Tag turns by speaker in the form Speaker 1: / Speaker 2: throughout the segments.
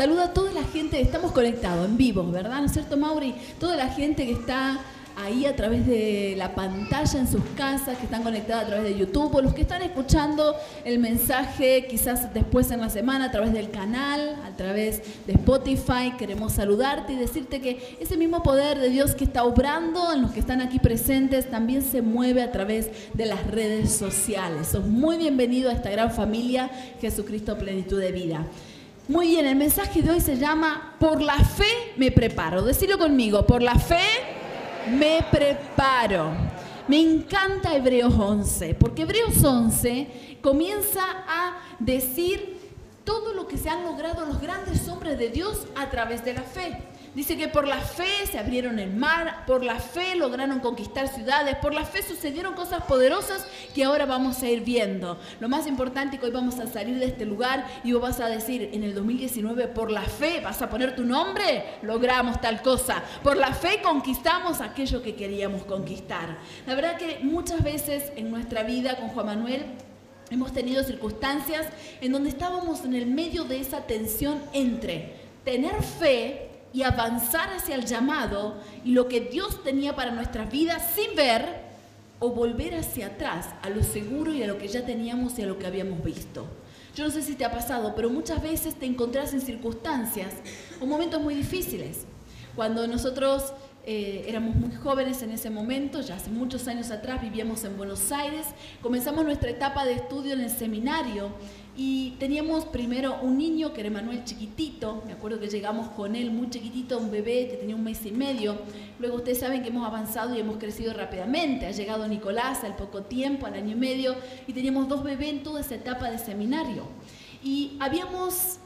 Speaker 1: Saluda a toda la gente, estamos conectados en vivo, ¿verdad? ¿No es cierto, Mauri? Toda la gente que está ahí a través de la pantalla en sus casas, que están conectadas a través de YouTube, o los que están escuchando el mensaje quizás después en la semana a través del canal, a través de Spotify. Queremos saludarte y decirte que ese mismo poder de Dios que está obrando en los que están aquí presentes también se mueve a través de las redes sociales. Sos muy bienvenido a esta gran familia Jesucristo Plenitud de Vida. Muy bien, el mensaje de hoy se llama Por la fe me preparo. Decilo conmigo, por la fe me preparo. Me encanta Hebreos 11, porque Hebreos 11 comienza a decir todo lo que se han logrado los grandes hombres de Dios a través de la fe. Dice que por la fe se abrieron el mar, por la fe lograron conquistar ciudades, por la fe sucedieron cosas poderosas que ahora vamos a ir viendo. Lo más importante es que hoy vamos a salir de este lugar y vos vas a decir en el 2019, por la fe vas a poner tu nombre, logramos tal cosa. Por la fe conquistamos aquello que queríamos conquistar. La verdad que muchas veces en nuestra vida con Juan Manuel hemos tenido circunstancias en donde estábamos en el medio de esa tensión entre tener fe y avanzar hacia el llamado y lo que Dios tenía para nuestras vidas sin ver, o volver hacia atrás a lo seguro y a lo que ya teníamos y a lo que habíamos visto. Yo no sé si te ha pasado, pero muchas veces te encontrás en circunstancias o momentos muy difíciles. Cuando nosotros éramos muy jóvenes en ese momento, ya hace muchos años atrás, vivíamos en Buenos Aires, comenzamos nuestra etapa de estudio en el seminario y teníamos primero un niño que era Manuel chiquitito. Me acuerdo que llegamos con él muy chiquitito, un bebé que tenía 1 mes y medio. Luego ustedes saben que hemos avanzado y hemos crecido rápidamente. Ha llegado Nicolás al poco tiempo, al 1 año y medio, y teníamos 2 bebés en toda esa etapa de seminario. Y habíamos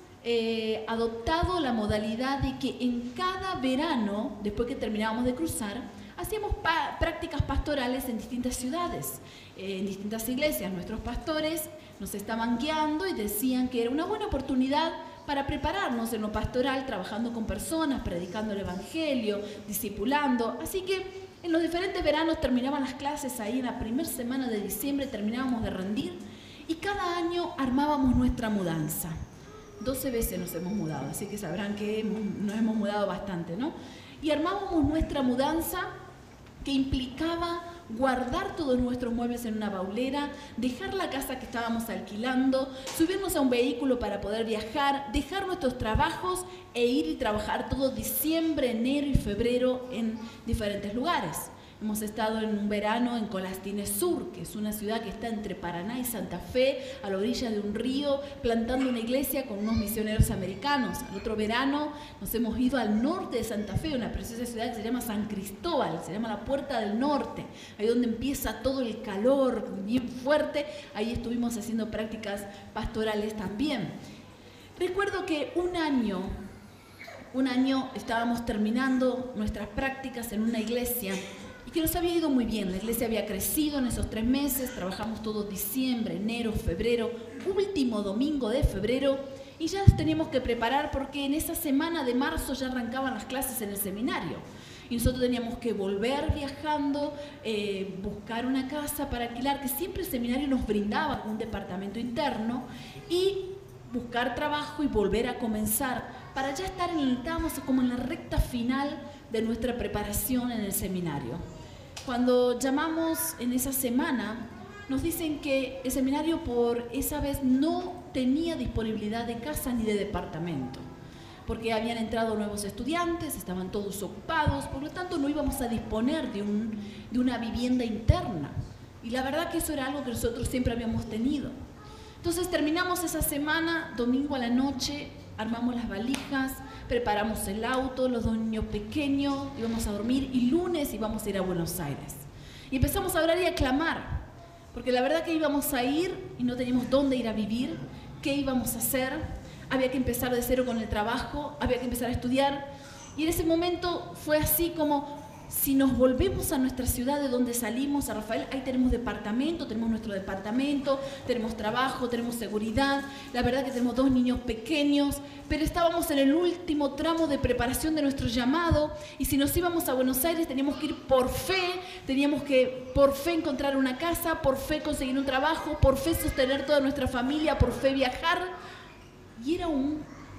Speaker 1: adoptado la modalidad de que en cada verano, después que terminábamos de cruzar, hacíamos prácticas pastorales en distintas ciudades, en distintas iglesias. Nuestros pastores nos estaban guiando y decían que era una buena oportunidad para prepararnos en lo pastoral, trabajando con personas, predicando el evangelio, discipulando. Así que en los diferentes veranos terminaban las clases ahí en la primera semana de diciembre, terminábamos de rendir y cada año armábamos nuestra mudanza. 12 veces nos hemos mudado, así que sabrán que nos hemos mudado bastante, ¿no? Y armábamos nuestra mudanza que implicaba guardar todos nuestros muebles en una baulera, dejar la casa que estábamos alquilando, subirnos a un vehículo para poder viajar, dejar nuestros trabajos e ir y trabajar todo diciembre, enero y febrero en diferentes lugares. Hemos estado en un verano en Colastines Sur, que es una ciudad que está entre Paraná y Santa Fe, a la orilla de un río, plantando una iglesia con unos misioneros americanos. Al otro verano nos hemos ido al norte de Santa Fe, una preciosa ciudad que se llama San Cristóbal, se llama la Puerta del Norte, ahí donde empieza todo el calor bien fuerte. Ahí estuvimos haciendo prácticas pastorales también. Recuerdo que un año estábamos terminando nuestras prácticas en una iglesia y que nos había ido muy bien. La iglesia había crecido en esos 3 meses, trabajamos todo diciembre, enero, febrero, último domingo de febrero, y ya nos teníamos que preparar porque en esa semana de marzo ya arrancaban las clases en el seminario. Y nosotros teníamos que volver viajando, buscar una casa para alquilar, que siempre el seminario nos brindaba un departamento interno, y buscar trabajo y volver a comenzar para ya estar estábamos como en la recta final de nuestra preparación en el seminario. Cuando llamamos en esa semana, nos dicen que el seminario por esa vez no tenía disponibilidad de casa ni de departamento, porque habían entrado nuevos estudiantes, estaban todos ocupados, por lo tanto no íbamos a disponer de una vivienda interna. Y la verdad que eso era algo que nosotros siempre habíamos tenido. Entonces terminamos esa semana, domingo a la noche, armamos las valijas, preparamos el auto, los 2 niños pequeños, íbamos a dormir y lunes íbamos a ir a Buenos Aires. Y empezamos a orar y a clamar, porque la verdad que íbamos a ir y no teníamos dónde ir a vivir, qué íbamos a hacer, había que empezar de cero con el trabajo, había que empezar a estudiar. Y en ese momento fue así como, si nos volvemos a nuestra ciudad de donde salimos, a Rafael, ahí tenemos departamento, tenemos nuestro departamento, tenemos trabajo, tenemos seguridad. La verdad que tenemos 2 niños pequeños, pero estábamos en el último tramo de preparación de nuestro llamado, y si nos íbamos a Buenos Aires teníamos que ir por fe, teníamos que por fe encontrar una casa, por fe conseguir un trabajo, por fe sostener toda nuestra familia, por fe viajar. Y era un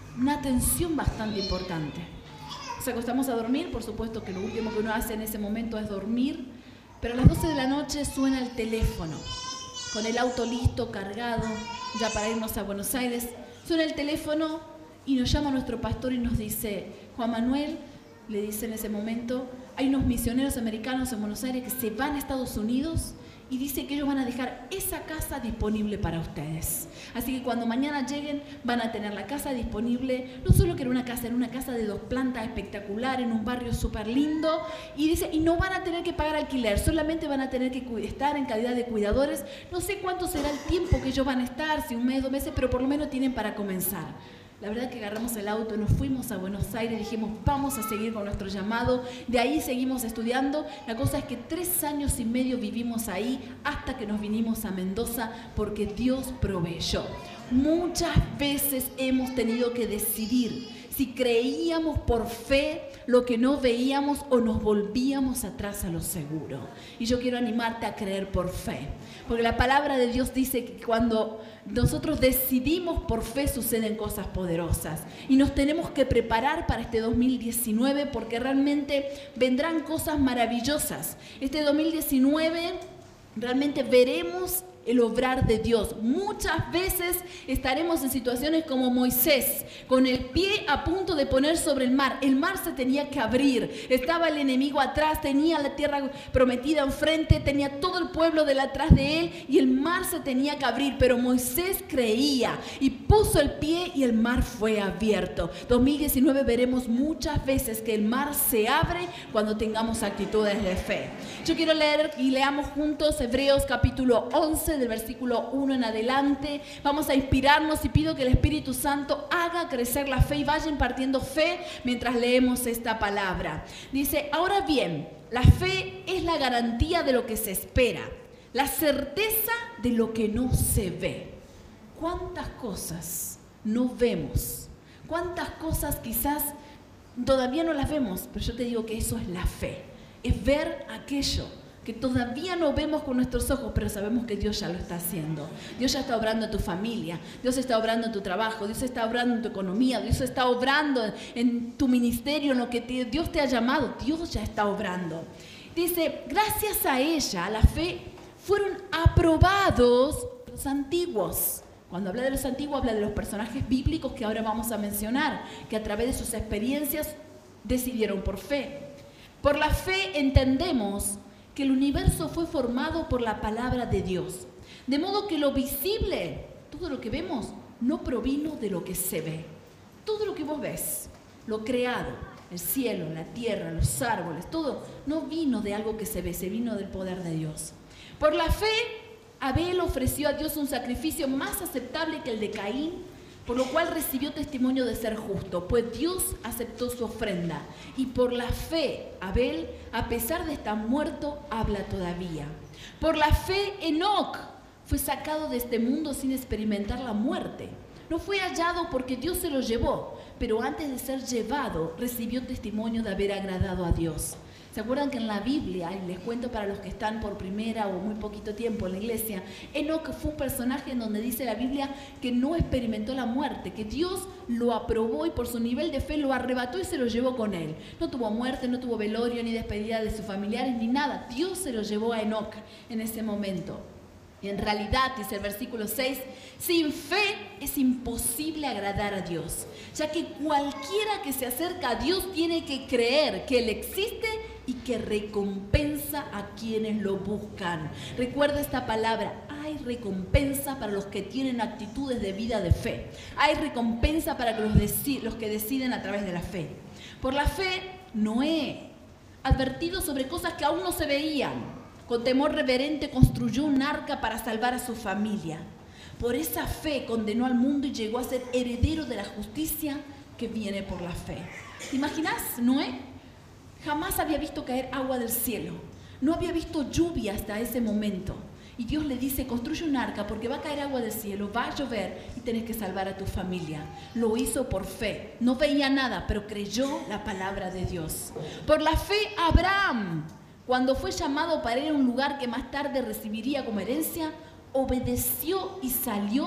Speaker 1: una atención bastante importante. Nos acostamos a dormir, por supuesto que lo último que uno hace en ese momento es dormir, pero a las 12 de la noche suena el teléfono, con el auto listo, cargado, ya para irnos a Buenos Aires. Suena el teléfono y nos llama nuestro pastor y nos dice: Juan Manuel, le dice en ese momento, hay unos misioneros americanos en Buenos Aires que se van a Estados Unidos y dice que ellos van a dejar esa casa disponible para ustedes. Así que cuando mañana lleguen van a tener la casa disponible. No solo que era una casa de 2 plantas espectacular en un barrio súper lindo. Y dice, y no van a tener que pagar alquiler, solamente van a tener que estar en calidad de cuidadores. No sé cuánto será el tiempo que ellos van a estar, si 1 mes, 2 meses, pero por lo menos tienen para comenzar. La verdad que agarramos el auto, nos fuimos a Buenos Aires, dijimos, vamos a seguir con nuestro llamado. De ahí seguimos estudiando. La cosa es que 3 años y medio vivimos ahí hasta que nos vinimos a Mendoza porque Dios proveyó. Muchas veces hemos tenido que decidir si creíamos por fe lo que no veíamos o nos volvíamos atrás a lo seguro. Y yo quiero animarte a creer por fe, porque la palabra de Dios dice que cuando nosotros decidimos por fe suceden cosas poderosas y nos tenemos que preparar para este 2019 porque realmente vendrán cosas maravillosas. Este 2019 realmente veremos el obrar de Dios. Muchas veces estaremos en situaciones como Moisés, con el pie a punto de poner sobre el mar. El mar se tenía que abrir, estaba el enemigo atrás, tenía la tierra prometida enfrente, tenía todo el pueblo atrás de él y el mar se tenía que abrir, pero Moisés creía y puso el pie y el mar fue abierto. 2019 veremos muchas veces que el mar se abre cuando tengamos actitudes de fe. Yo quiero leer y leamos juntos Hebreos capítulo 11 del versículo 1 en adelante. Vamos a inspirarnos y pido que el Espíritu Santo haga crecer la fe y vaya impartiendo fe mientras leemos esta palabra. Dice, ahora bien, la fe es la garantía de lo que se espera, la certeza de lo que no se ve. ¿Cuántas cosas no vemos? ¿Cuántas cosas quizás todavía no las vemos? Pero yo te digo que eso es la fe, es ver aquello que todavía no vemos con nuestros ojos, pero sabemos que Dios ya lo está haciendo. Dios ya está obrando en tu familia, Dios está obrando en tu trabajo, Dios está obrando en tu economía, Dios está obrando en tu ministerio, en lo que Dios te ha llamado, Dios ya está obrando. Dice, gracias a ella, a la fe, fueron aprobados los antiguos. Cuando habla de los antiguos, habla de los personajes bíblicos que ahora vamos a mencionar, que a través de sus experiencias decidieron por fe. Por la fe entendemos que el universo fue formado por la palabra de Dios. De modo que lo visible, todo lo que vemos, no provino de lo que se ve. Todo lo que vos ves, lo creado, el cielo, la tierra, los árboles, todo, no vino de algo que se ve, se vino del poder de Dios. Por la fe, Abel ofreció a Dios un sacrificio más aceptable que el de Caín, por lo cual recibió testimonio de ser justo, pues Dios aceptó su ofrenda. Y por la fe, Abel, a pesar de estar muerto, habla todavía. Por la fe, Enoc fue sacado de este mundo sin experimentar la muerte. No fue hallado porque Dios se lo llevó, pero antes de ser llevado, recibió testimonio de haber agradado a Dios. ¿Se acuerdan que en la Biblia, y les cuento para los que están por primera o muy poquito tiempo en la iglesia, Enoc fue un personaje en donde dice la Biblia que no experimentó la muerte, que Dios lo aprobó y por su nivel de fe lo arrebató y se lo llevó con él. No tuvo muerte, no tuvo velorio ni despedida de sus familiares ni nada. Dios se lo llevó a Enoc en ese momento. Y en realidad, dice el versículo 6, sin fe es imposible agradar a Dios, ya que cualquiera que se acerca a Dios tiene que creer que Él existe y que recompensa a quienes lo buscan. Recuerda esta palabra, hay recompensa para los que tienen actitudes de vida de fe. Hay recompensa para los que deciden a través de la fe. Por la fe, Noé, advertido sobre cosas que aún no se veían, con temor reverente construyó un arca para salvar a su familia. Por esa fe condenó al mundo y llegó a ser heredero de la justicia que viene por la fe. ¿Te imaginas? Noé jamás había visto caer agua del cielo. No había visto lluvia hasta ese momento. Y Dios le dice, construye un arca porque va a caer agua del cielo, va a llover y tenés que salvar a tu familia. Lo hizo por fe. No veía nada, pero creyó la palabra de Dios. Por la fe, Abraham, cuando fue llamado para ir a un lugar que más tarde recibiría como herencia, obedeció y salió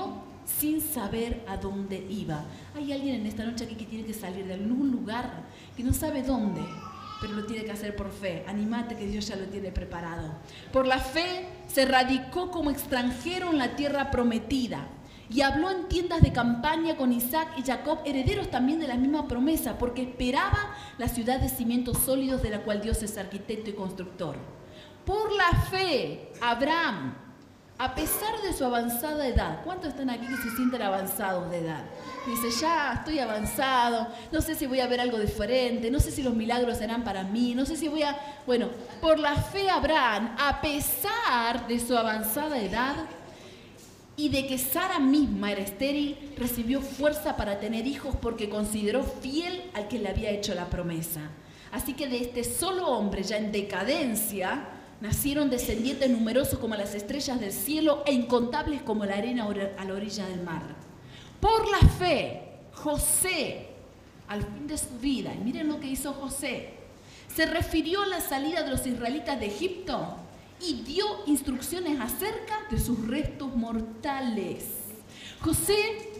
Speaker 1: sin saber a dónde iba. Hay alguien en esta noche aquí que tiene que salir de algún lugar que no sabe dónde, pero lo tiene que hacer por fe. Anímate que Dios ya lo tiene preparado. Por la fe se radicó como extranjero en la tierra prometida y habló en tiendas de campaña con Isaac y Jacob, herederos también de la misma promesa, porque esperaba la ciudad de cimientos sólidos de la cual Dios es arquitecto y constructor. Por la fe, Abraham, a pesar de su avanzada edad, ¿cuántos están aquí que se sienten avanzados de edad? Dice, ya estoy avanzado, no sé si voy a ver algo diferente, no sé si los milagros serán para mí, no sé si voy a... Bueno, por la fe Abraham, a pesar de su avanzada edad y de que Sara misma era estéril, recibió fuerza para tener hijos porque consideró fiel al que le había hecho la promesa. Así que de este solo hombre ya en decadencia nacieron descendientes numerosos como las estrellas del cielo e incontables como la arena a la orilla del mar. Por la fe, José, al fin de su vida, y miren lo que hizo José, se refirió a la salida de los israelitas de Egipto y dio instrucciones acerca de sus restos mortales. José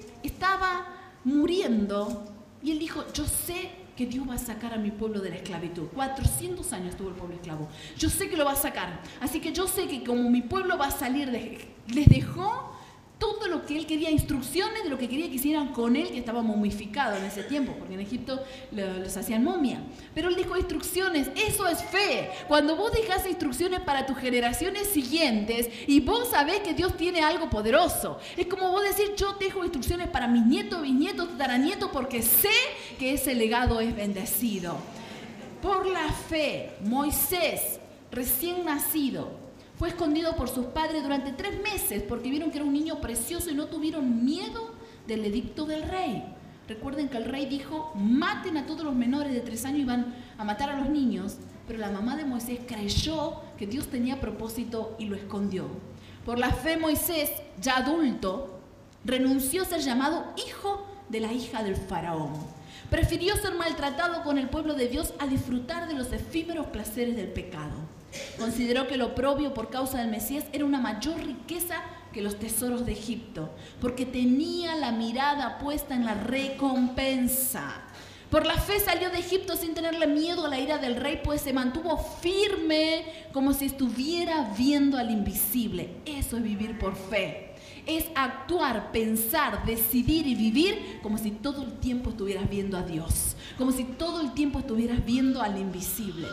Speaker 1: estaba muriendo y él dijo, yo sé que Dios va a sacar a mi pueblo de la esclavitud. 400 años estuvo el pueblo esclavo. Yo sé que lo va a sacar. Así que yo sé que como mi pueblo va a salir, les dejó todo lo que él quería, instrucciones de lo que quería que hicieran con él, que estaba momificado en ese tiempo, porque en Egipto los hacían momia. Pero él dejó instrucciones, eso es fe. Cuando vos dejás instrucciones para tus generaciones siguientes y vos sabés que Dios tiene algo poderoso, es como vos decir, yo dejo instrucciones para mis nietos, bisnietos, tataranietos, porque sé que ese legado es bendecido. Por la fe, Moisés, recién nacido, fue escondido por sus padres durante 3 meses porque vieron que era un niño precioso y no tuvieron miedo del edicto del rey. Recuerden que el rey dijo, maten a todos los menores de 3 años y van a matar a los niños, pero la mamá de Moisés creyó que Dios tenía propósito y lo escondió. Por la fe Moisés, ya adulto, renunció a ser llamado hijo de la hija del faraón. Prefirió ser maltratado con el pueblo de Dios a disfrutar de los efímeros placeres del pecado. Consideró que lo oprobio por causa del Mesías era una mayor riqueza que los tesoros de Egipto, porque tenía la mirada puesta en la recompensa. Por la fe salió de Egipto sin tenerle miedo a la ira del rey, pues se mantuvo firme como si estuviera viendo al invisible. Eso es vivir por fe. Es actuar, pensar, decidir y vivir como si todo el tiempo estuvieras viendo a Dios, como si todo el tiempo estuvieras viendo al invisible.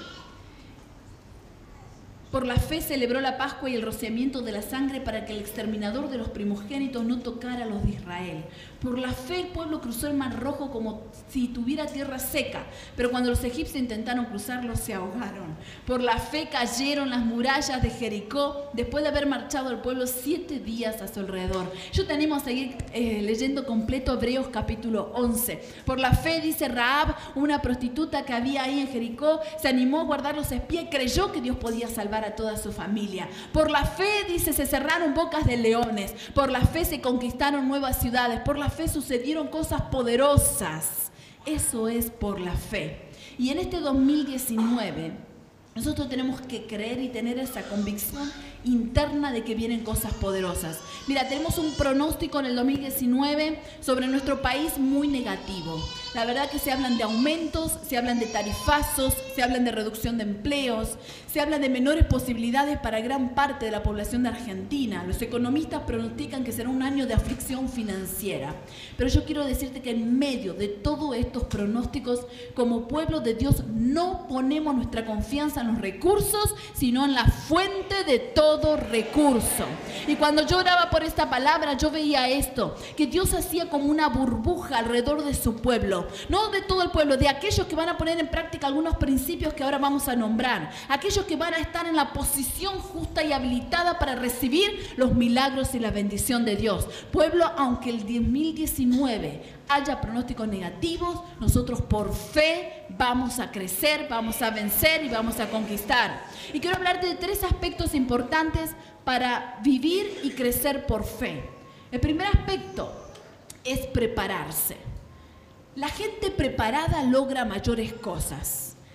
Speaker 1: Por la fe celebró la Pascua y el rociamiento de la sangre para que el exterminador de los primogénitos no tocara a los de Israel. Por la fe el pueblo cruzó el Mar Rojo como si tuviera tierra seca, pero cuando los egipcios intentaron cruzarlo se ahogaron. Por la fe cayeron las murallas de Jericó después de haber marchado el pueblo 7 días a su alrededor. Yo te animo a seguir leyendo completo Hebreos capítulo 11. Por la fe, dice Rahab, una prostituta que había ahí en Jericó, se animó a guardar los espías y creyó que Dios podía salvar a toda su familia. Por la fe, dice, se cerraron bocas de leones. Por la fe se conquistaron nuevas ciudades. Por la fe sucedieron cosas poderosas. Eso es por la fe. Y en este 2019, nosotros tenemos que creer y tener esa convicción interna de que vienen cosas poderosas. Mira, tenemos un pronóstico en el 2019 sobre nuestro país muy negativo. La verdad que se hablan de aumentos, se hablan de tarifazos, se hablan de reducción de empleos, se hablan de menores posibilidades para gran parte de la población de Argentina. Los economistas pronostican que será un año de aflicción financiera. Pero yo quiero decirte que en medio de todos estos pronósticos, como pueblo de Dios, no ponemos nuestra confianza en los recursos, sino en la fuente de todo recurso. Y cuando yo oraba por esta palabra, yo veía esto, que Dios hacía como una burbuja alrededor de su pueblo. No de todo el pueblo, de aquellos que van a poner en práctica algunos principios que ahora vamos a nombrar. Aquellos que van a estar en la posición justa y habilitada para recibir los milagros y la bendición de Dios. Pueblo, aunque el 2019 haya pronósticos negativos, nosotros por fe vamos a crecer, vamos a vencer y vamos a conquistar. Y quiero hablarte de 3 aspectos importantes para vivir y crecer por fe. El primer aspecto es prepararse. La gente preparada logra mayores cosas.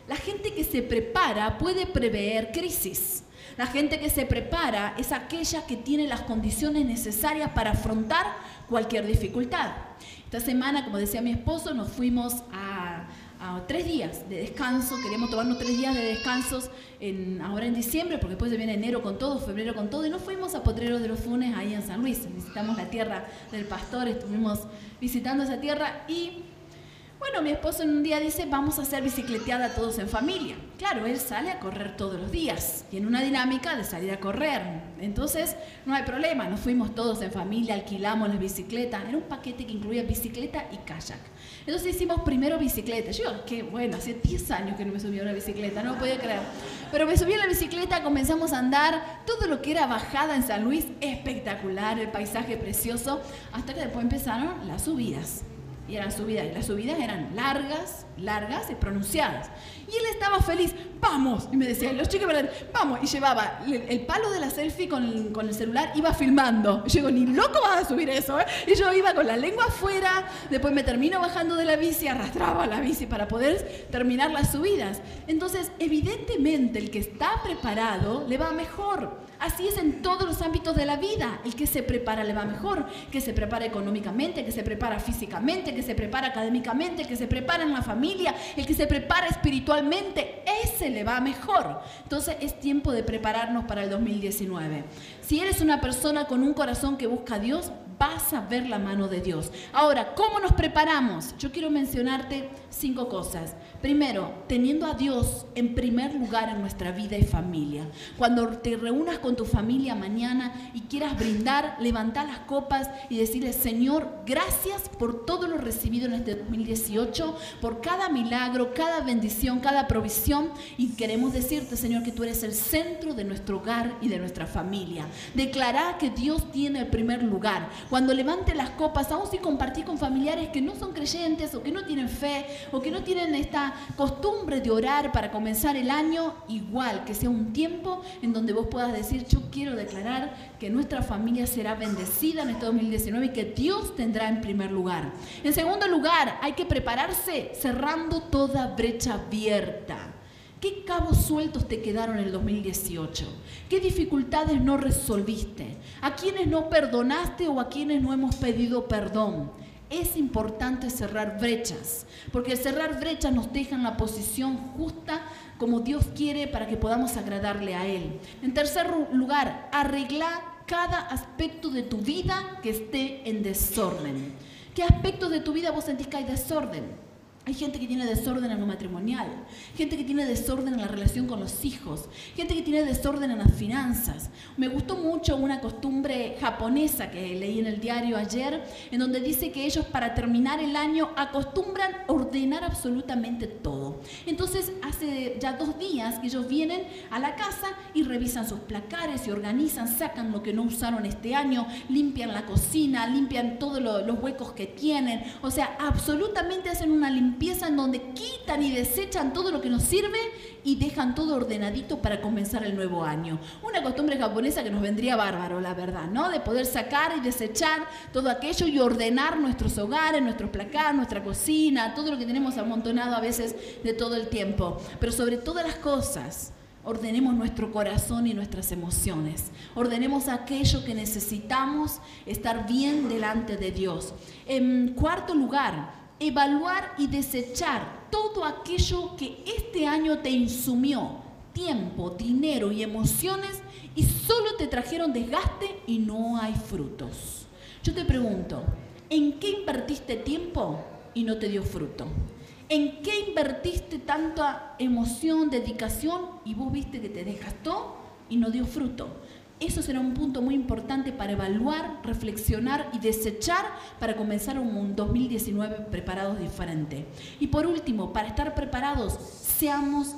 Speaker 1: La gente que se prepara puede prever crisis. La gente que se prepara es aquella que tiene las condiciones necesarias para afrontar cualquier dificultad. Esta semana, como decía mi esposo, nos fuimos a 3 días de descanso. Queríamos tomarnos 3 días de descansos ahora en diciembre, porque después se viene enero con todo, febrero con todo, y nos fuimos a Potreros de los Funes, ahí en San Luis. Visitamos la tierra del pastor, estuvimos visitando esa tierra y... Bueno, mi esposo en un día dice, vamos a hacer bicicleteada todos en familia. Claro, él sale a correr todos los días, tiene una dinámica de salir a correr. Entonces, no hay problema, nos fuimos todos en familia, alquilamos las bicicletas. Era un paquete que incluía bicicleta y kayak. Entonces hicimos primero bicicleta. Yo, que bueno, hace 10 años que no me subía a una bicicleta, no lo podía creer. Pero me subí a la bicicleta, comenzamos a andar, todo lo que era bajada en San Luis, espectacular, el paisaje precioso, hasta que después empezaron las subidas. Y eran subidas, y las subidas eran largas y pronunciadas. Y él estaba feliz, ¡vamos! Y me decía, los chicos, ¡vamos! Y llevaba el palo de la selfie con el celular, iba filmando. Y yo digo, ni loco vas a subir eso, ¿eh? Y yo iba con la lengua afuera, después me termino bajando de la bici, arrastraba la bici para poder terminar las subidas. Entonces, evidentemente, el que está preparado le va mejor. Así es en todos los ámbitos de la vida. El que se prepara le va mejor, que se prepara económicamente, que se prepara físicamente, que se prepara académicamente, que se prepara en la familia, el que se prepara espiritualmente, ese le va mejor. Entonces es tiempo de prepararnos para el 2019. Si eres una persona con un corazón que busca a Dios, vas a ver la mano de Dios. Ahora, ¿cómo nos preparamos? Yo quiero mencionarte 5 cosas. Primero, teniendo a Dios en primer lugar en nuestra vida y familia. Cuando te reúnas con tu familia mañana y quieras brindar, levanta las copas y decirle, Señor, gracias por todo lo recibido en este 2018, por cada milagro, cada bendición, cada provisión. Y queremos decirte, Señor, que tú eres el centro de nuestro hogar y de nuestra familia. Declará que Dios tiene el primer lugar. Cuando levantes las copas, aún si compartís con familiares que no son creyentes o que no tienen fe o que no tienen esta costumbre de orar para comenzar el año, igual que sea un tiempo en donde vos puedas decir, yo quiero declarar que nuestra familia será bendecida en este 2019 y que Dios tendrá en primer lugar. En segundo lugar, hay que prepararse cerrando toda brecha abierta. ¿Qué cabos sueltos te quedaron en el 2018? ¿Qué dificultades no resolviste? ¿A quiénes no perdonaste o a quienes no hemos pedido perdón? Es importante cerrar brechas, porque cerrar brechas nos deja en la posición justa como Dios quiere para que podamos agradarle a Él. En tercer lugar, arregla cada aspecto de tu vida que esté en desorden. ¿Qué aspectos de tu vida vos sentís que hay desorden? Hay gente que tiene desorden en lo matrimonial, gente que tiene desorden en la relación con los hijos, gente que tiene desorden en las finanzas. Me gustó mucho una costumbre japonesa que leí en el diario ayer, en donde dice que ellos para terminar el año acostumbran ordenar absolutamente todo. Entonces hace ya 2 días que ellos vienen a la casa y revisan sus placares y organizan, sacan lo que no usaron este año, limpian la cocina, limpian todos los huecos que tienen. O sea, absolutamente hacen una limpieza en donde quitan y desechan todo lo que nos sirve y dejan todo ordenadito para comenzar el nuevo año. Una costumbre japonesa que nos vendría bárbaro, la verdad, ¿no? De poder sacar y desechar todo aquello y ordenar nuestros hogares, nuestros placares, nuestra cocina, todo lo que tenemos amontonado a veces de todo el tiempo. Pero sobre todas las cosas, ordenemos nuestro corazón y nuestras emociones. Ordenemos aquello que necesitamos estar bien delante de Dios. En cuarto lugar, evaluar y desechar todo aquello que este año te insumió, tiempo, dinero y emociones, y solo te trajeron desgaste y no hay frutos. Yo te pregunto, ¿en qué invertiste tiempo y no te dio fruto? ¿En qué invertiste tanta emoción, dedicación y vos viste que te desgastó y no dio fruto? Eso será un punto muy importante para evaluar, reflexionar y desechar para comenzar un 2019 preparados diferente. Y por último, para estar preparados, seamos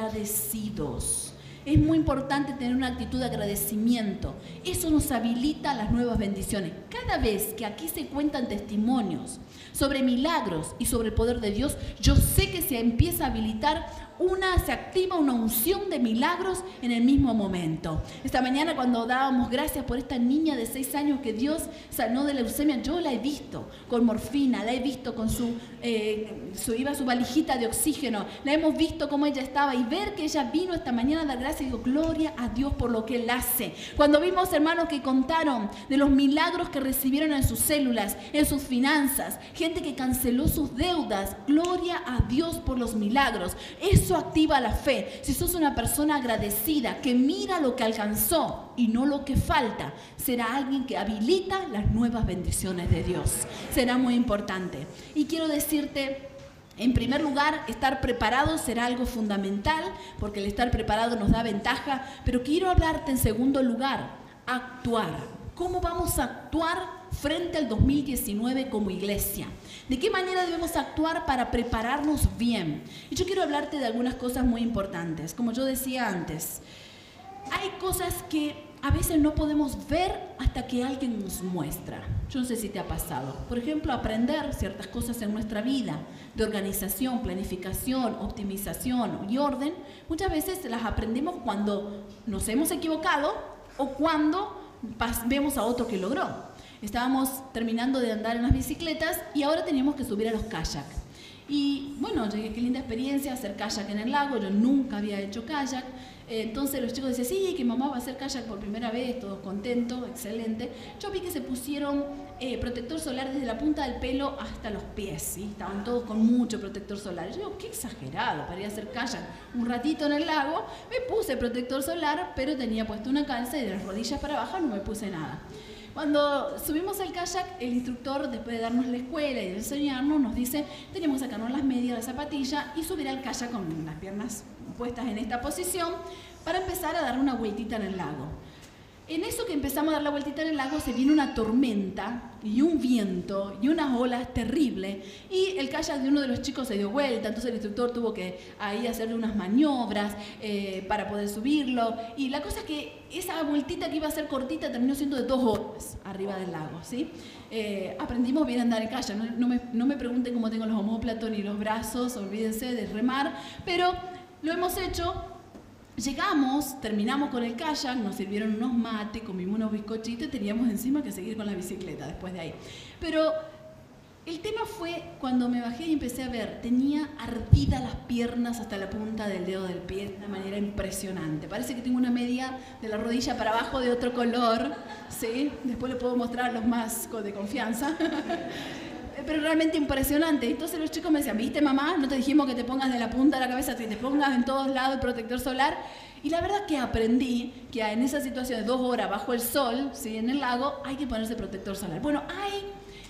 Speaker 1: agradecidos. Es muy importante tener una actitud de agradecimiento. Eso nos habilita a las nuevas bendiciones. Cada vez que aquí se cuentan testimonios sobre milagros y sobre el poder de Dios, yo sé que se empieza a habilitar se activa una unción de milagros en el mismo momento. Esta mañana cuando dábamos gracias por esta niña de 6 años que Dios sanó de leucemia, yo la he visto con morfina, la he visto con iba su valijita de oxígeno, la hemos visto cómo ella estaba, y ver que ella vino esta mañana a dar gracias, digo, gloria a Dios por lo que Él hace. Cuando vimos hermanos que contaron de los milagros que recibieron en sus células, en sus finanzas, gente que canceló sus deudas, gloria a Dios por los milagros. Eso activa la fe. Si sos una persona agradecida, que mira lo que alcanzó y no lo que falta, será alguien que habilita las nuevas bendiciones de Dios. Será muy importante. Y quiero decirte, en primer lugar, estar preparado será algo fundamental, porque el estar preparado nos da ventaja, pero quiero hablarte en segundo lugar, actuar. ¿Cómo vamos a actuar frente al 2019 como iglesia? ¿De qué manera debemos actuar para prepararnos bien? Y yo quiero hablarte de algunas cosas muy importantes. Como yo decía antes, hay cosas que a veces no podemos ver hasta que alguien nos muestra. Yo no sé si te ha pasado. Por ejemplo, aprender ciertas cosas en nuestra vida, de organización, planificación, optimización y orden, muchas veces las aprendemos cuando nos hemos equivocado o cuando vemos a otro que logró. Estábamos terminando de andar en las bicicletas y ahora teníamos que subir a los kayak. Y bueno, llegué, qué linda experiencia hacer kayak en el lago, yo nunca había hecho kayak. Entonces los chicos decían, sí, que mamá va a hacer kayak por primera vez, todos contentos, excelente. Yo vi que se pusieron protector solar desde la punta del pelo hasta los pies, ¿sí? Estaban todos con mucho protector solar. Yo digo, qué exagerado, para ir a hacer kayak un ratito en el lago, me puse protector solar, pero tenía puesto una calza y de las rodillas para abajo no me puse nada. Cuando subimos al kayak, el instructor, después de darnos la escuela y de enseñarnos, nos dice, tenemos que sacarnos las medias, la zapatilla y subir al kayak con las piernas puestas en esta posición para empezar a dar una vueltita en el lago. En eso que empezamos a dar la vueltita en el lago se viene una tormenta y un viento y unas olas terribles y el kayak de uno de los chicos se dio vuelta, entonces el instructor tuvo que ahí hacerle unas maniobras para poder subirlo, y la cosa es que esa vueltita que iba a ser cortita terminó siendo de 2 horas arriba del lago, ¿sí? Aprendimos bien a andar en kayak, no me pregunten cómo tengo los omóplatos ni los brazos, olvídense de remar, pero lo hemos hecho. Llegamos, terminamos con el kayak, nos sirvieron unos mates, comimos unos bizcochitos y teníamos encima que seguir con la bicicleta después de ahí. Pero el tema fue cuando me bajé y empecé a ver, tenía ardidas las piernas hasta la punta del dedo del pie de una manera impresionante. Parece que tengo una media de la rodilla para abajo de otro color, ¿sí? Después les puedo mostrar los más de confianza. Pero realmente impresionante. Entonces los chicos me decían, ¿viste, mamá? No te dijimos que te pongas de la punta de la cabeza, que te pongas en todos lados el protector solar. Y la verdad que aprendí que en esa situación de 2 horas bajo el sol, ¿sí? En el lago, hay que ponerse protector solar. Bueno, hay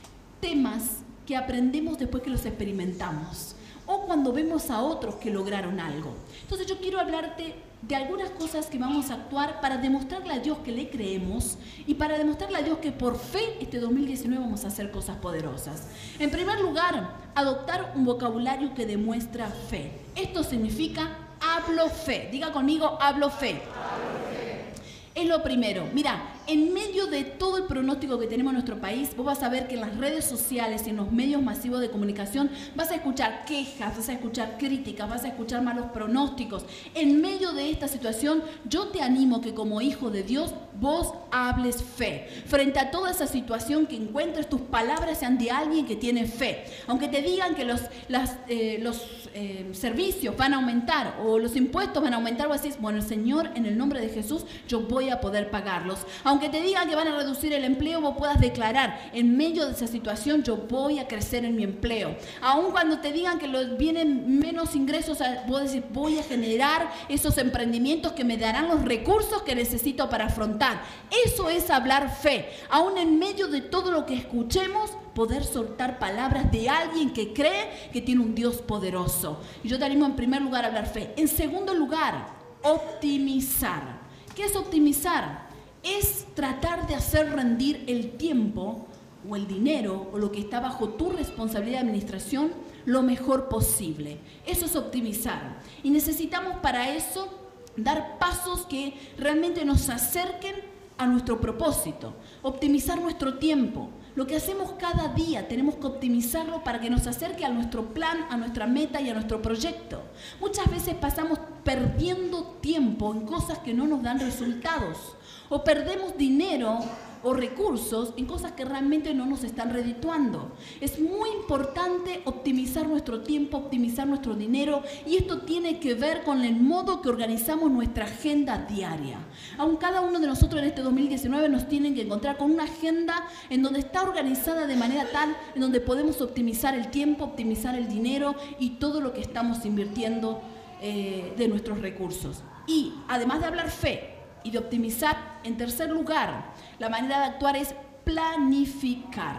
Speaker 1: temas que aprendemos después que los experimentamos o cuando vemos a otros que lograron algo. Entonces yo quiero hablarte de algunas cosas que vamos a actuar para demostrarle a Dios que le creemos y para demostrarle a Dios que por fe este 2019 vamos a hacer cosas poderosas. En primer lugar, adoptar un vocabulario que demuestra fe. Esto significa hablo fe. Diga conmigo, hablo fe. Es lo primero. Mira, en medio de todo el pronóstico que tenemos en nuestro país, vos vas a ver que en las redes sociales y en los medios masivos de comunicación vas a escuchar quejas, vas a escuchar críticas, vas a escuchar malos pronósticos. En medio de esta situación, yo te animo que como hijo de Dios, vos hables fe. Frente a toda esa situación que encuentres, tus palabras sean de alguien que tiene fe. Aunque te digan que los servicios van a aumentar o los impuestos van a aumentar, vos decís, bueno, Señor, en el nombre de Jesús, yo voy a poder pagarlos. Aunque te digan que van a reducir el empleo, vos puedas declarar, en medio de esa situación yo voy a crecer en mi empleo. Aun cuando te digan que vienen menos ingresos, vos decís, voy a generar esos emprendimientos que me darán los recursos que necesito para afrontar. Eso es hablar fe. Aun en medio de todo lo que escuchemos, poder soltar palabras de alguien que cree que tiene un Dios poderoso. Y yo te animo en primer lugar a hablar fe. En segundo lugar, optimizar. ¿Qué es optimizar? Es tratar de hacer rendir el tiempo o el dinero o lo que está bajo tu responsabilidad de administración lo mejor posible. Eso es optimizar. Y necesitamos para eso dar pasos que realmente nos acerquen a nuestro propósito. Optimizar nuestro tiempo. Lo que hacemos cada día tenemos que optimizarlo para que nos acerque a nuestro plan, a nuestra meta y a nuestro proyecto. Muchas veces pasamos perdiendo tiempo en cosas que no nos dan resultados, o perdemos dinero o recursos en cosas que realmente no nos están redituando. Es muy importante optimizar nuestro tiempo, optimizar nuestro dinero, y esto tiene que ver con el modo que organizamos nuestra agenda diaria. Aún cada uno de nosotros en este 2019 nos tienen que encontrar con una agenda en donde está organizada de manera tal en donde podemos optimizar el tiempo, optimizar el dinero y todo lo que estamos invirtiendo de nuestros recursos. Y además de hablar fe y de optimizar, en tercer lugar, la manera de actuar es planificar.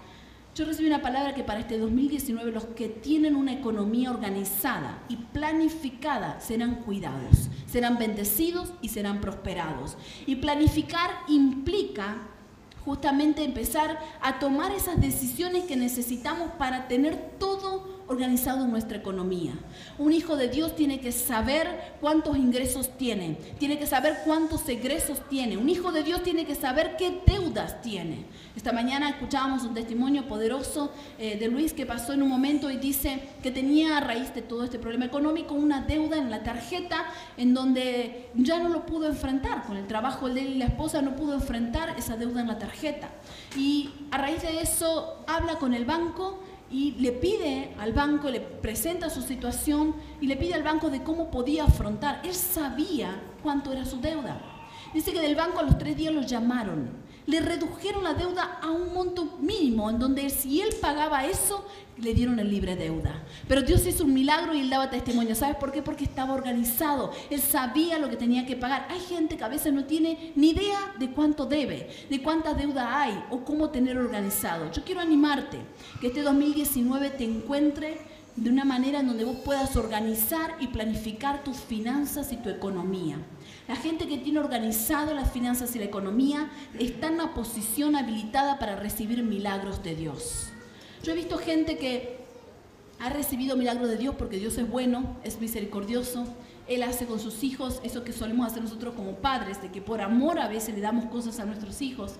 Speaker 1: Yo recibí una palabra que para este 2019 los que tienen una economía organizada y planificada serán cuidados, serán bendecidos y serán prosperados. Y planificar implica justamente empezar a tomar esas decisiones que necesitamos para tener todo organizado en nuestra economía. Un hijo de Dios tiene que saber cuántos ingresos tiene que saber cuántos egresos tiene. Un hijo de Dios tiene que saber qué deudas tiene. Esta mañana escuchábamos un testimonio poderoso de Luis, que pasó en un momento y dice que tenía, a raíz de todo este problema económico, una deuda en la tarjeta en donde ya no lo pudo enfrentar. Con el trabajo de él y la esposa no pudo enfrentar esa deuda en la tarjeta. Y a raíz de eso habla con el banco y le pide al banco, le presenta su situación y le pide al banco de cómo podía afrontar. Él sabía cuánto era su deuda. Dice que del banco a los 3 días lo llamaron. Le redujeron la deuda a un monto mínimo, en donde si él pagaba eso, le dieron el libre deuda. Pero Dios hizo un milagro y él daba testimonio. ¿Sabes por qué? Porque estaba organizado. Él sabía lo que tenía que pagar. Hay gente que a veces no tiene ni idea de cuánto debe, de cuánta deuda hay o cómo tener organizado. Yo quiero animarte que este 2019 te encuentre de una manera en donde vos puedas organizar y planificar tus finanzas y tu economía. La gente que tiene organizado las finanzas y la economía está en una posición habilitada para recibir milagros de Dios. Yo he visto gente que ha recibido milagros de Dios porque Dios es bueno, es misericordioso. Él hace con sus hijos eso que solemos hacer nosotros como padres, de que por amor a veces le damos cosas a nuestros hijos.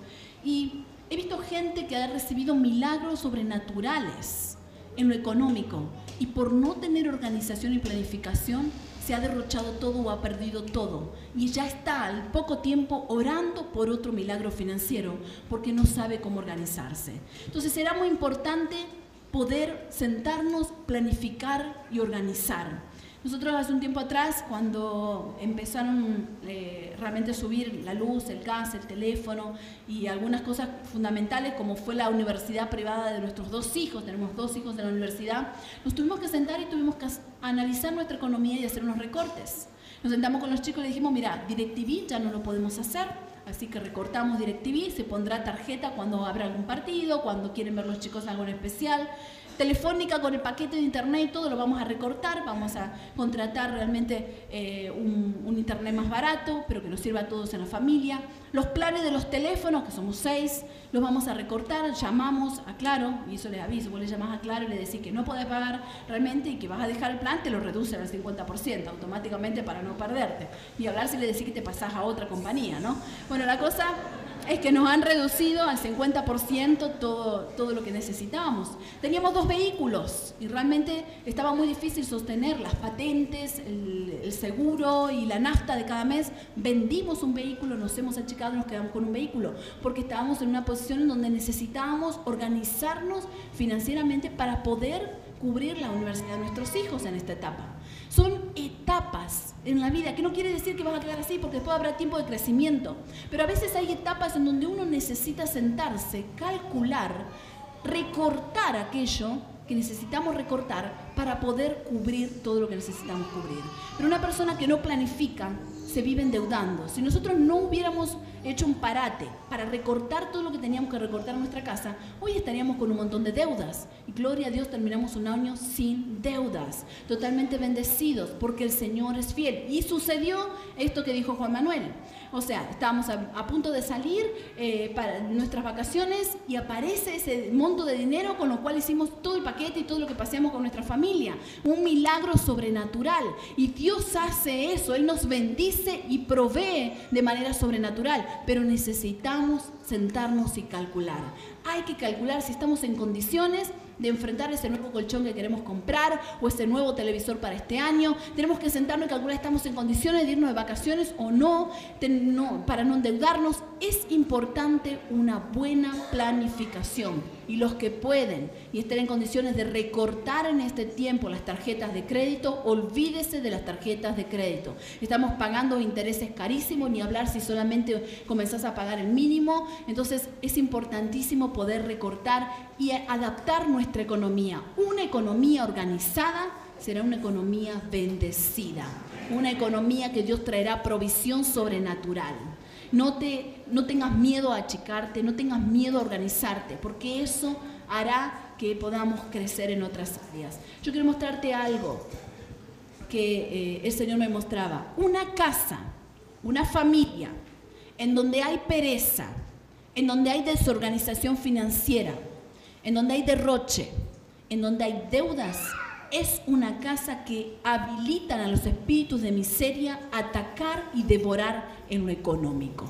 Speaker 1: Y he visto gente que ha recibido milagros sobrenaturales en lo económico y por no tener organización y planificación se ha derrochado todo o ha perdido todo y ya está al poco tiempo orando por otro milagro financiero porque no sabe cómo organizarse. Entonces será muy importante poder sentarnos, planificar y organizar. Nosotros hace un tiempo atrás, cuando empezaron realmente a subir la luz, el gas, el teléfono y algunas cosas fundamentales, como fue la universidad privada de nuestros 2 hijos, tenemos 2 hijos de la universidad, nos tuvimos que sentar y tuvimos que analizar nuestra economía y hacer unos recortes. Nos sentamos con los chicos y les dijimos, mira, DirecTV ya no lo podemos hacer, así que recortamos DirecTV, se pondrá tarjeta cuando habrá algún partido, cuando quieren ver los chicos algo en especial. Telefónica con el paquete de internet y todo lo vamos a recortar, vamos a contratar realmente un internet más barato, pero que nos sirva a todos en la familia. Los planes de los teléfonos, que somos 6, los vamos a recortar, llamamos a Claro, y eso les aviso, vos le llamás a Claro y le decís que no podés pagar realmente y que vas a dejar el plan, te lo reducen al 50% automáticamente para no perderte. Y hablar si le decís que te pasás a otra compañía, ¿no? Bueno, la cosa es que nos han reducido al 50% todo lo que necesitábamos. Teníamos 2 vehículos y realmente estaba muy difícil sostener las patentes, el seguro y la nafta de cada mes. Vendimos un vehículo, nos hemos achicado y nos quedamos con un vehículo porque estábamos en una posición en donde necesitábamos organizarnos financieramente para poder cubrir la universidad de nuestros hijos en esta etapa. Son etapas en la vida, que no quiere decir que vas a quedar así, porque después habrá tiempo de crecimiento. Pero a veces hay etapas en donde uno necesita sentarse, calcular, recortar aquello que necesitamos recortar para poder cubrir todo lo que necesitamos cubrir. Pero una persona que no planifica se vive endeudando. Si nosotros no hubiéramos hecho un parate para recortar todo lo que teníamos que recortar en nuestra casa, hoy estaríamos con un montón de deudas. Y gloria a Dios, terminamos un año sin deudas, totalmente bendecidos, porque el Señor es fiel. Y sucedió esto que dijo Juan Manuel. O sea, estábamos a punto de salir para nuestras vacaciones y aparece ese monto de dinero con lo cual hicimos todo el paquete y todo lo que paseamos con nuestra familia. Un milagro sobrenatural. Y Dios hace eso, Él nos bendice bendice y provee de manera sobrenatural, pero necesitamos sentarnos y calcular. Hay que calcular si estamos en condiciones de enfrentar ese nuevo colchón que queremos comprar o ese nuevo televisor para este año. Tenemos que sentarnos y calcular, ¿estamos en condiciones de irnos de vacaciones o no? Para no endeudarnos. Es importante una buena planificación, y los que pueden y estén en condiciones de recortar en este tiempo las tarjetas de crédito, olvídese de las tarjetas de crédito. Estamos pagando intereses carísimos, ni hablar si solamente comenzás a pagar el mínimo. Entonces es importantísimo poder recortar y adaptar nuestra economía. Una economía organizada será una economía bendecida, una economía que Dios traerá provisión sobrenatural. No tengas miedo a achicarte, no tengas miedo a organizarte, porque eso hará que podamos crecer en otras áreas. Yo quiero mostrarte algo que el Señor me mostraba. Una casa, una familia, en donde hay pereza, en donde hay desorganización financiera, en donde hay derroche, en donde hay deudas, es una casa que habilitan a los espíritus de miseria a atacar y devorar en lo económico.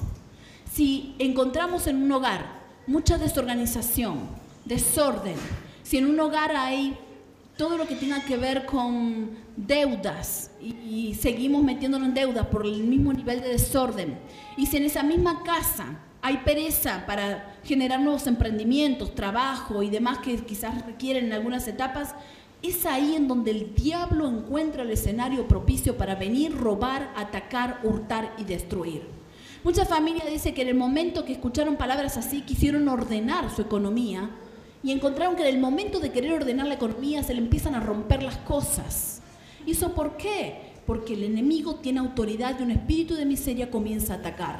Speaker 1: Si encontramos en un hogar mucha desorganización, desorden, si en un hogar hay todo lo que tenga que ver con deudas y seguimos metiéndonos en deudas por el mismo nivel de desorden, y si en esa misma casa hay pereza para generar nuevos emprendimientos, trabajo y demás que quizás requieren en algunas etapas, es ahí en donde el diablo encuentra el escenario propicio para venir, robar, atacar, hurtar y destruir. Muchas familias dicen que en el momento que escucharon palabras así, quisieron ordenar su economía y encontraron que en el momento de querer ordenar la economía se le empiezan a romper las cosas. ¿Y eso por qué? Porque el enemigo tiene autoridad y un espíritu de miseria comienza a atacar.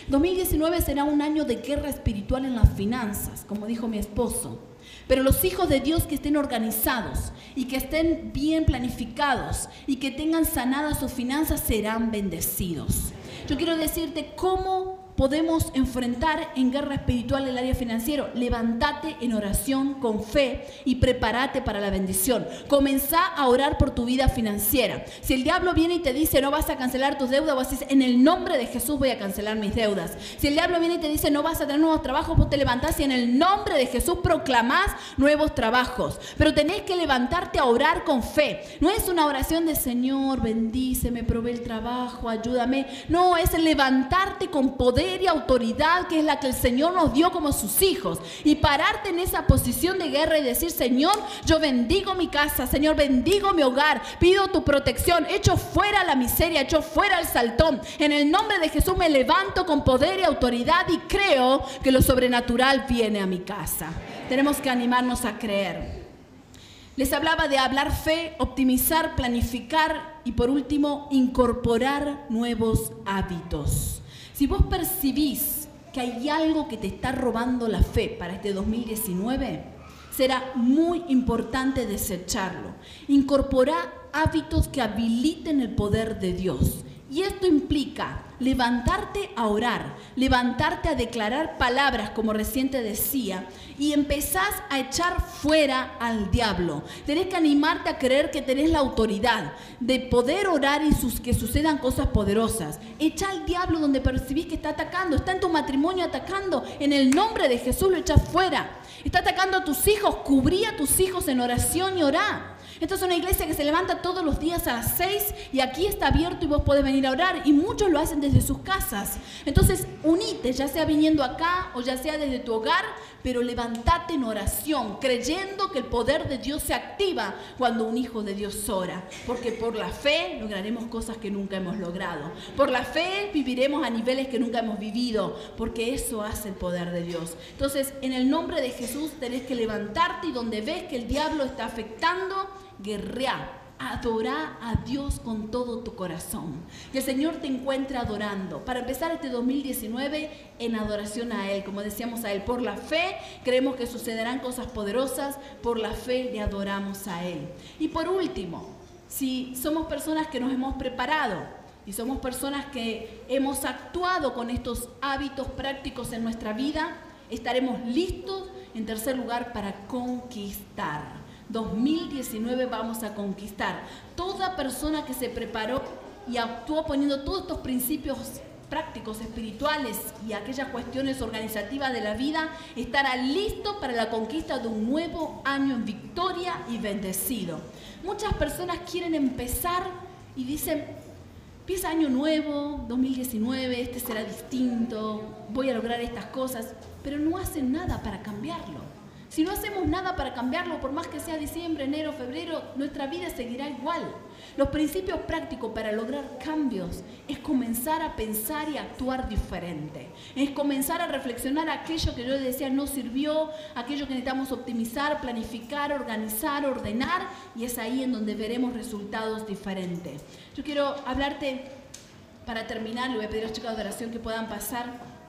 Speaker 1: 2019 será un año de guerra espiritual en las finanzas, como dijo mi esposo. Pero los hijos de Dios que estén organizados y que estén bien planificados y que tengan sanadas sus finanzas serán bendecidos. Yo quiero decirte cómo podemos enfrentar en guerra espiritual el área financiera. Levántate en oración con fe y prepárate para la bendición. Comenzá a orar por tu vida financiera. Si el diablo viene y te dice no vas a cancelar tus deudas, vos decís en el nombre de Jesús voy a cancelar mis deudas. Si el diablo viene y te dice no vas a tener nuevos trabajos, vos te levantás y en el nombre de Jesús proclamás nuevos trabajos. Pero tenés que levantarte a orar con fe. No es una oración de Señor, bendíceme, provee el trabajo, ayúdame. No, es levantarte con poder y autoridad que es la que el Señor nos dio como sus hijos y pararte en esa posición de guerra y decir Señor, yo bendigo mi casa, Señor, bendigo mi hogar, pido tu protección, echo fuera la miseria, echo fuera el saltón, en el nombre de Jesús me levanto con poder y autoridad y creo que lo sobrenatural viene a mi casa. Tenemos que animarnos a creer. Les hablaba de hablar fe, optimizar, planificar y por último incorporar nuevos hábitos. Si vos percibís que hay algo que te está robando la fe para este 2019, será muy importante desecharlo. Incorporar hábitos que habiliten el poder de Dios. Y esto implica levantarte a orar, levantarte a declarar palabras, como recién te decía, y empezás a echar fuera al diablo. Tenés que animarte a creer que tenés la autoridad de poder orar y que sucedan cosas poderosas. Echa al diablo donde percibís que está atacando, está en tu matrimonio atacando, en el nombre de Jesús lo echás fuera. Está atacando a tus hijos, cubrí a tus hijos en oración y orá. Esta es una iglesia que se levanta todos los días a las 6 y aquí está abierto y vos podés venir a orar y muchos lo hacen desde sus casas. Entonces unite, ya sea viniendo acá o ya sea desde tu hogar, pero levantate en oración, creyendo que el poder de Dios se activa cuando un hijo de Dios ora. Porque por la fe lograremos cosas que nunca hemos logrado. Por la fe viviremos a niveles que nunca hemos vivido, porque eso hace el poder de Dios. Entonces, en el nombre de Jesús tenés que levantarte y donde ves que el diablo está afectando, guerreá. Adorá a Dios con todo tu corazón. Que el Señor te encuentre adorando. Para empezar este 2019 en adoración a Él. Como decíamos a Él, por la fe creemos que sucederán cosas poderosas. Por la fe le adoramos a Él. Y por último, si somos personas que nos hemos preparado y somos personas que hemos actuado con estos hábitos prácticos en nuestra vida, estaremos listos, en tercer lugar, para conquistar. 2019 vamos a conquistar. Toda persona que se preparó y actuó poniendo todos estos principios prácticos, espirituales y aquellas cuestiones organizativas de la vida, estará listo para la conquista de un nuevo año en victoria y bendecido. Muchas personas quieren empezar y dicen, empieza año nuevo, 2019, este será distinto, voy a lograr estas cosas, pero no hacen nada para cambiarlo. Si no hacemos nada para cambiarlo, por más que sea diciembre, enero, febrero, nuestra vida seguirá igual. Los principios prácticos para lograr cambios es comenzar a pensar y actuar diferente. Es comenzar a reflexionar aquello que yo decía no sirvió, aquello que necesitamos optimizar, planificar, organizar, ordenar, y es ahí en donde veremos resultados diferentes. Yo quiero hablarte, para terminar, le voy a pedir a los chicos de oración que puedan pasar.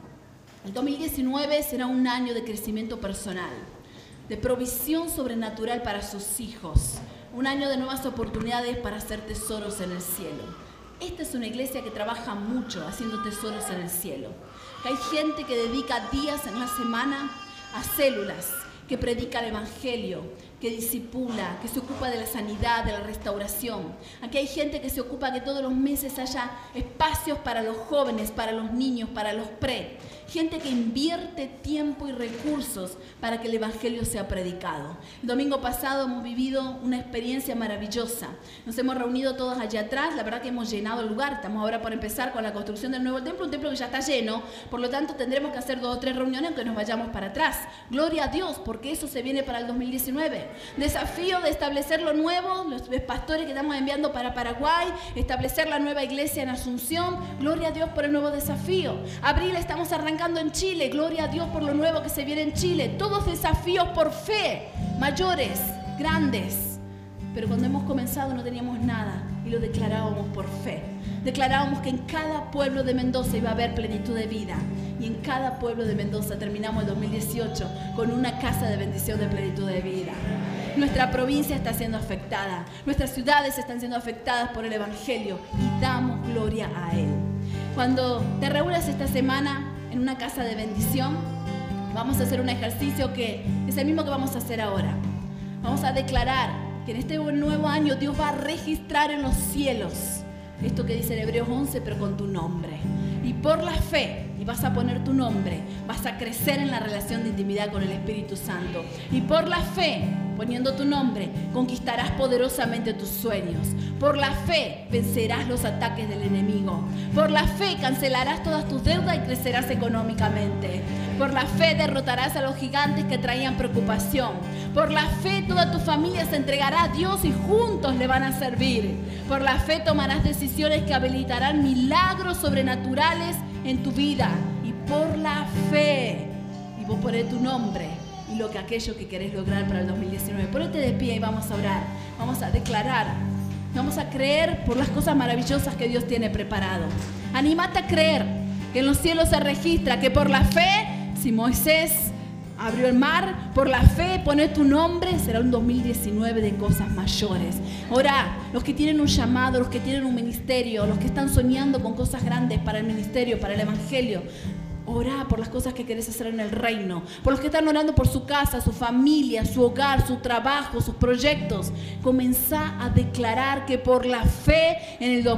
Speaker 1: El 2019 será un año de crecimiento personal, de provisión sobrenatural para sus hijos, un año de nuevas oportunidades para hacer tesoros en el cielo. Esta es una iglesia que trabaja mucho haciendo tesoros en el cielo. Hay gente que dedica días en la semana a células, que predica el evangelio, que discipula, que se ocupa de la sanidad, de la restauración. Aquí hay gente que se ocupa que todos los meses haya espacios para los jóvenes, para los niños, para los pre. Gente que invierte tiempo y recursos para que el evangelio sea predicado. El domingo pasado hemos vivido una experiencia maravillosa. Nos hemos reunido todos allá atrás, la verdad que hemos llenado el lugar. Estamos ahora por empezar con la construcción del nuevo templo, un templo que ya está lleno, por lo tanto tendremos que hacer 2 o 3 reuniones aunque nos vayamos para atrás. Gloria a Dios, porque eso se viene para el 2019. Desafío de establecer lo nuevo, los pastores que estamos enviando para Paraguay, establecer la nueva iglesia en Asunción. Gloria a Dios por el nuevo desafío. Abril estamos arrancando en Chile, gloria a Dios por lo nuevo que se viene en Chile. Todos desafíos por fe, mayores, grandes. Pero cuando hemos comenzado no teníamos nada y lo declarábamos por fe. Declarábamos que en cada pueblo de Mendoza iba a haber plenitud de vida. Y en cada pueblo de Mendoza terminamos el 2018 con una casa de bendición de plenitud de vida. Nuestra provincia está siendo afectada, nuestras ciudades están siendo afectadas por el evangelio y damos gloria a él. Cuando te reúnas esta semana en una casa de bendición, vamos a hacer un ejercicio que es el mismo que vamos a hacer ahora. Vamos a declarar que en este nuevo año Dios va a registrar en los cielos esto que dice en Hebreos 11, pero con tu nombre. Y por la fe, y vas a poner tu nombre, vas a crecer en la relación de intimidad con el Espíritu Santo. Y por la fe, poniendo tu nombre, conquistarás poderosamente tus sueños. Por la fe, vencerás los ataques del enemigo. Por la fe, cancelarás todas tus deudas y crecerás económicamente. Por la fe, derrotarás a los gigantes que traían preocupación. Por la fe, toda tu familia se entregará a Dios y juntos le van a servir. Por la fe, tomarás decisiones que habilitarán milagros sobrenaturales en tu vida. Y por la fe, y vos ponés tu nombre y aquello que querés lograr para el 2019. Ponete de pie y vamos a orar. Vamos a declarar. Vamos a creer por las cosas maravillosas que Dios tiene preparado. Anímate a creer que en los cielos se registra que por la fe, si Moisés abrió el mar, por la fe poné tu nombre, será un 2019 de cosas mayores. Orá, los que tienen un llamado, los que tienen un ministerio, los que están soñando con cosas grandes para el ministerio, para el evangelio. Orá por las cosas que querés hacer en el reino, por los que están orando por su casa, su familia, su hogar, su trabajo, sus proyectos. Comenzá a declarar que por la fe en el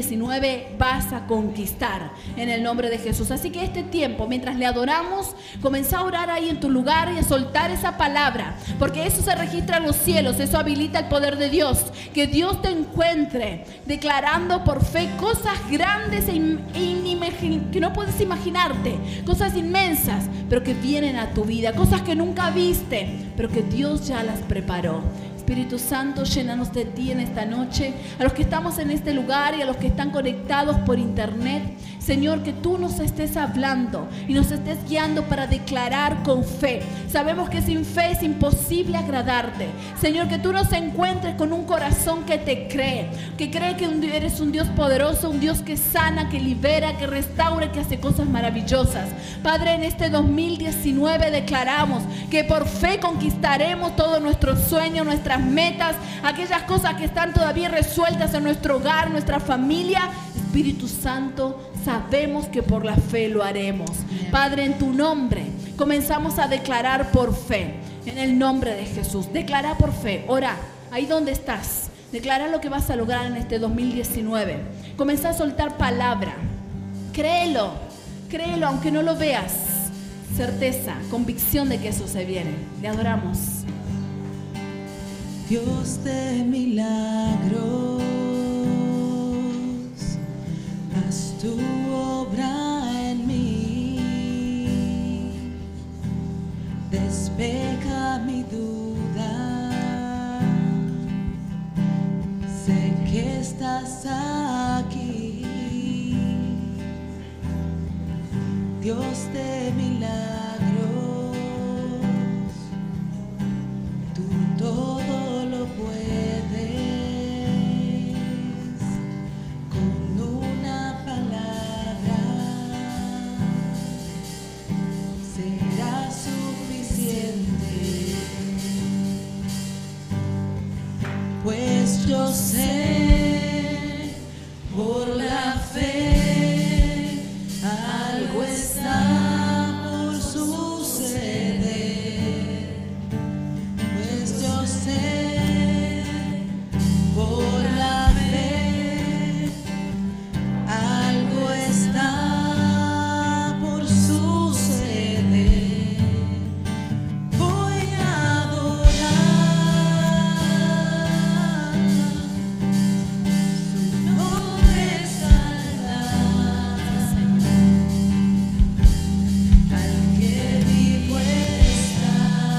Speaker 1: 2019 vas a conquistar en el nombre de Jesús. Así que este tiempo, mientras le adoramos, comenzá a orar ahí en tu lugar y a soltar esa palabra, porque eso se registra en los cielos, eso habilita el poder de Dios. Que Dios te encuentre declarando por fe cosas grandes que no puedes imaginarte. Cosas inmensas, pero que vienen a tu vida, cosas que nunca viste, pero que Dios ya las preparó. Espíritu Santo, llénanos de ti en esta noche, a los que estamos en este lugar y a los que están conectados por internet. Señor, que tú nos estés hablando y nos estés guiando para declarar con fe. Sabemos que sin fe es imposible agradarte. Señor, que tú nos encuentres con un corazón que te cree, que cree que eres un Dios poderoso, un Dios que sana, que libera, que restaura, que hace cosas maravillosas. Padre, en este 2019 declaramos que por fe conquistaremos todos nuestros sueños, nuestras metas, aquellas cosas que están todavía resueltas en nuestro hogar, nuestra familia. Espíritu Santo, sabemos que por la fe lo haremos. Padre, en tu nombre comenzamos a declarar por fe, en el nombre de Jesús. Declara por fe. Ora, ahí donde estás. Declara lo que vas a lograr en este 2019. Comenzá a soltar palabra. Créelo, créelo aunque no lo veas. Certeza, convicción de que eso se viene. Le adoramos.
Speaker 2: Dios de milagros, haz tu obra en mí, despeja mi duda, sé que estás aquí, Dios de milagros, tú todo lo puedes, con una palabra será suficiente, pues yo sé por la fe algo está por suceder, pues yo sé por la fe algo está por suceder. Voy a adorar su nombre exaltar, al que vivo está,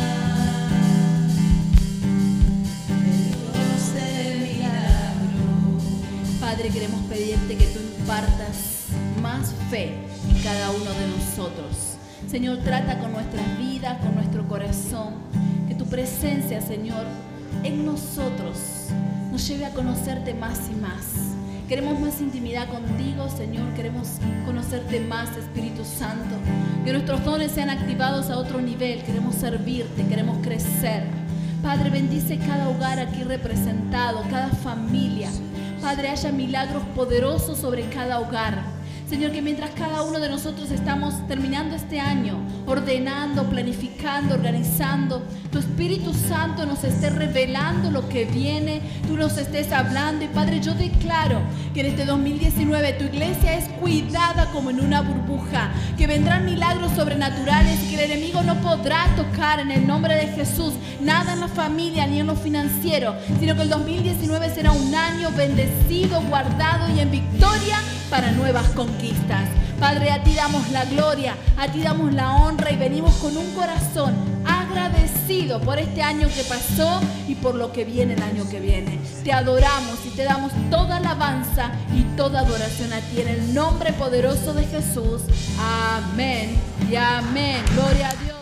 Speaker 2: el Dios de milagros.
Speaker 1: Padre, queremos pedirte que tú impartas más fe en cada uno de nosotros. Señor, trata con nuestras vidas, con nuestro corazón. Que tu presencia, Señor, en nosotros nos lleve a conocerte más y más. Queremos más intimidad contigo, Señor. Queremos conocerte más, Espíritu Santo. Que nuestros dones sean activados a otro nivel. Queremos servirte, queremos crecer. Padre, bendice cada hogar aquí representado, cada familia. Padre, haya milagros poderosos sobre cada hogar. Señor, que mientras cada uno de nosotros estamos terminando este año, ordenando, planificando, organizando, tu Espíritu Santo nos esté revelando lo que viene, tú nos estés hablando. Y Padre, yo declaro que en este 2019 tu iglesia es cuidada como en una burbuja, que vendrán milagros sobrenaturales y que el enemigo no podrá tocar en el nombre de Jesús nada en la familia ni en lo financiero, sino que el 2019 será un año bendecido, guardado y en victoria para nuevas conquistas. Padre, a ti damos la gloria, a ti damos la honra y venimos con un corazón agradecido por este año que pasó y por lo que viene el año que viene. Te adoramos y te damos toda alabanza y toda adoración a ti en el nombre poderoso de Jesús. Amén y amén. Gloria a Dios.